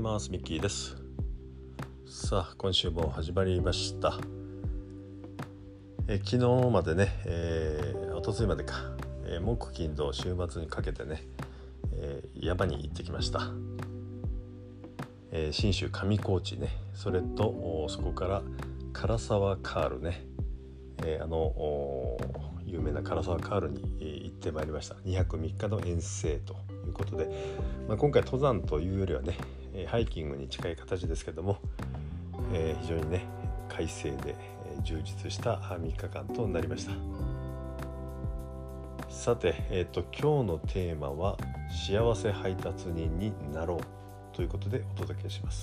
ます。ミッキーです。さあ今週も始まりました。昨日までね、一昨日までか、木金土週末にかけてね、山に行ってきました。信州上高地ね、それとそこから唐沢カールね、有名な唐沢カールに行ってまいりました。2泊3日の遠征ということで、今回登山というよりはねハイキングに近い形ですけども、非常にね快晴で充実した3日間となりました。さて、今日のテーマは幸せ配達人になろうということでお届けします。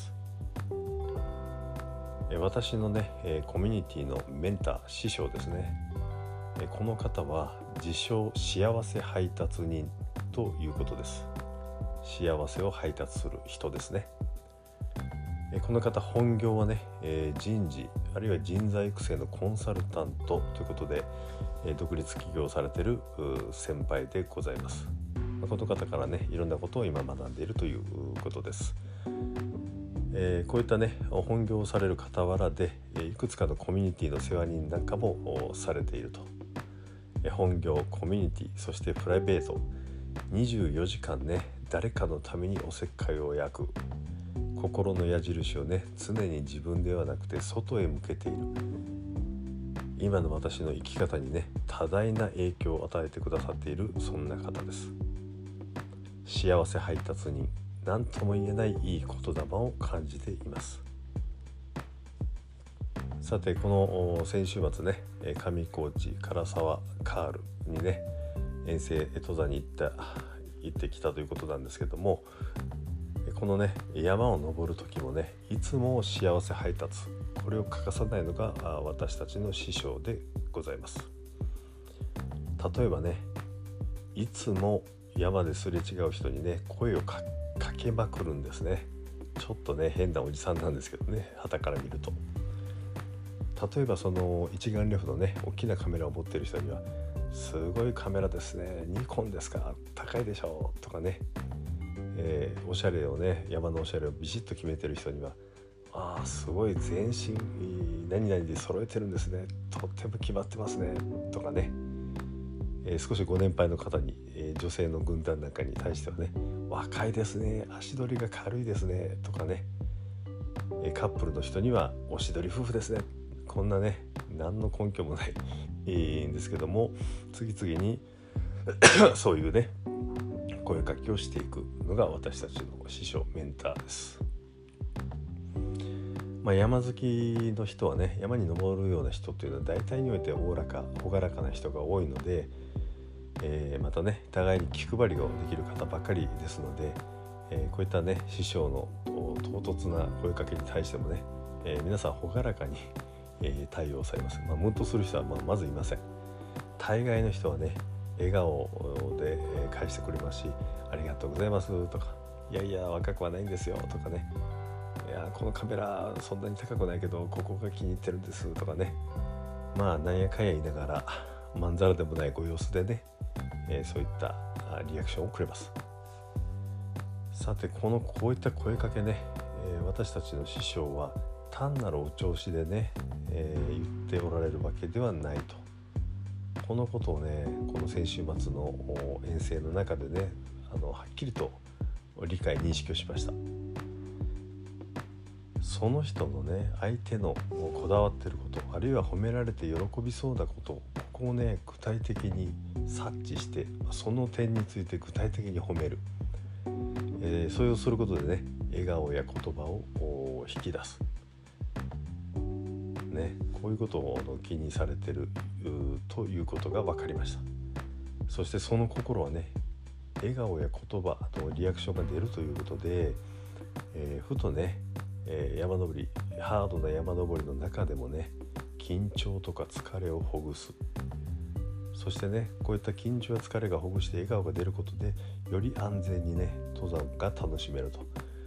私のねコミュニティのメンター師匠ですね。この方は自称幸せ配達人ということです。幸せを配達する人ですね。この方本業はね人事あるいは人材育成のコンサルタントということで独立起業されている先輩でございます。この方からねいろんなことを今学んでいるということです。こういったね本業をされる傍らでいくつかのコミュニティの世話人なんかもされていると。本業、コミュニティ、そしてプライベート24時間ね誰かのためにおせっかいを焼く心の矢印をね常に自分ではなくて外へ向けている。今の私の生き方にね多大な影響を与えてくださっているそんな方です。幸せ配達人、何とも言えないいい言霊を感じています。さてこの先週末ね上高地唐沢カールにね遠征登山に行ってきたということなんですけども、このね山を登る時もねいつも幸せ配達、これを欠かさないのが私たちの師匠でございます。例えばねいつも山ですれ違う人にね声をかけまくるんですね。ちょっとね変なおじさんなんですけどね、傍から見ると。例えばその一眼レフのね大きなカメラを持っている人にはすごいカメラですね、ニコンですか、高いでしょとかね、おしゃれをね山のおしゃれをビシッと決めてる人にはすごい全身何々で揃えてるんですね、とっても決まってますねとかね、少しご年配の方に、女性の軍団なんかに対してはね若いですね、足取りが軽いですねとかね、カップルの人にはおしどり夫婦ですね、こんなね何の根拠もないんですけども次々にそういうね声かけをしていくのが私たちの師匠メンターです。山好きの人はね山に登るような人というのは大体において朗らかな人が多いので、またね互いに気配りができる方ばかりですので、こういったね師匠の唐突な声かけに対してもね、皆さん朗らかに対応されます。ムンとする人はまずいません。大概の人はね笑顔で返してくれますし、ありがとうございますとか、いやいや若くはないんですよとかね、いやこのカメラそんなに高くないけどここが気に入ってるんですとかね、なんやかんや言いながらまんざらでもないご様子でね、そういったリアクションをくれます。さてこういった声かけね、私たちの師匠は単なるお調子でね、言っておられるわけではないと。このことをねこの先週末の遠征の中でねはっきりと認識をしました。その人のね相手のこだわっていること、あるいは褒められて喜びそうなこと、ここをね具体的に察知してその点について具体的に褒める、それをすることでね笑顔や言葉を引き出すね、こういうことを気にされているということが分かりました。そしてその心はね笑顔や言葉とリアクションが出るということで、ふとね、山登りハードな山登りの中でもね緊張とか疲れをほぐす。そしてねこういった緊張や疲れがほぐして笑顔が出ることでより安全にね登山が楽しめると。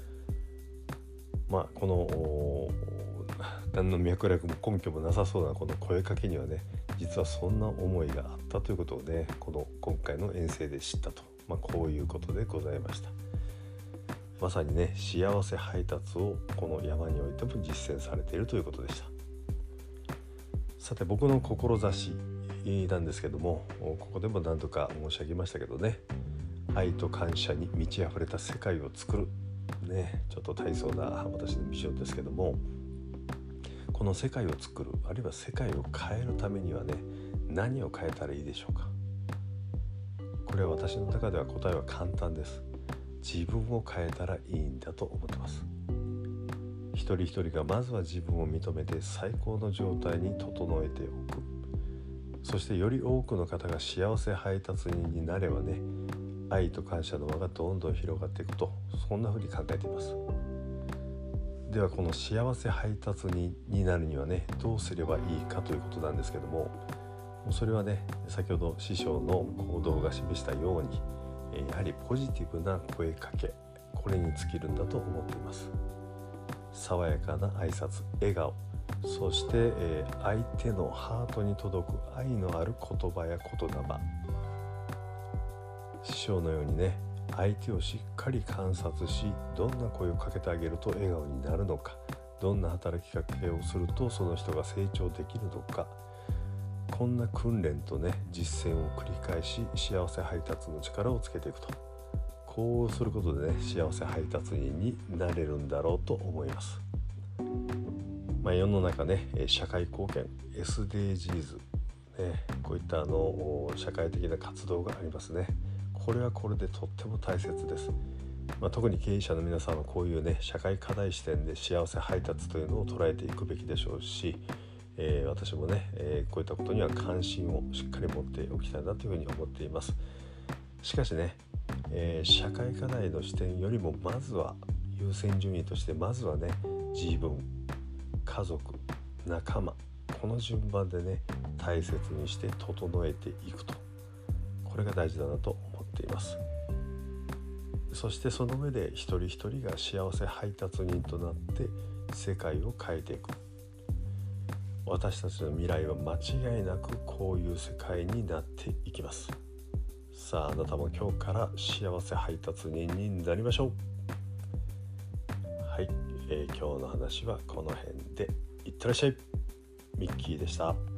この何の脈絡も根拠もなさそうなこの声かけにはね実はそんな思いがあったということをね今回の遠征で知ったと、こういうことでございました。 まさにね幸せ配達をこの山においても実践されているということでした。さて僕の志なんですけども、ここでも何度か申し上げましたけどね、愛と感謝に満ち溢れた世界を作るね、ちょっと大層な私のミッションですけども、この世界を作る、あるいは世界を変えるためにはね、何を変えたらいいでしょうか。これは私の中では答えは簡単です。自分を変えたらいいんだと思ってます。一人一人がまずは自分を認めて最高の状態に整えておく。そしてより多くの方が幸せ配達人になればね、愛と感謝の輪がどんどん広がっていくと、そんなふうに考えています。ではこの幸せ配達人になるにはね、どうすればいいかということなんですけども、それはね、先ほど師匠の行動が示したように、やはりポジティブな声かけ、これに尽きるんだと思っています。爽やかな挨拶、笑顔、そして、相手のハートに届く愛のある言葉や言霊、師匠のようにね、相手をしっかり観察し、どんな声をかけてあげると笑顔になるのか、どんな働きかけをするとその人が成長できるのか、こんな訓練とね実践を繰り返し幸せ配達の力をつけていくと、こうすることでね幸せ配達人になれるんだろうと思います。世の中ね、社会貢献 SDGs、こういった社会的な活動がありますね。これはこれでとっても大切です。特に経営者の皆さんはこういうね社会課題視点で幸せ配達というのを捉えていくべきでしょうし、私もね、こういったことには関心をしっかり持っておきたいなというふうに思っています。しかしね、社会課題の視点よりもまずは優先順位として、まずはね自分、家族、仲間、この順番でね大切にして整えていくと、これが大事だなと思っています。そしてその上で一人一人が幸せ配達人となって世界を変えていく。私たちの未来は間違いなくこういう世界になっていきます。さあ、あなたも今日から幸せ配達人になりましょう。はい、今日の話はこの辺で。いってらっしゃい。ミッキーでした。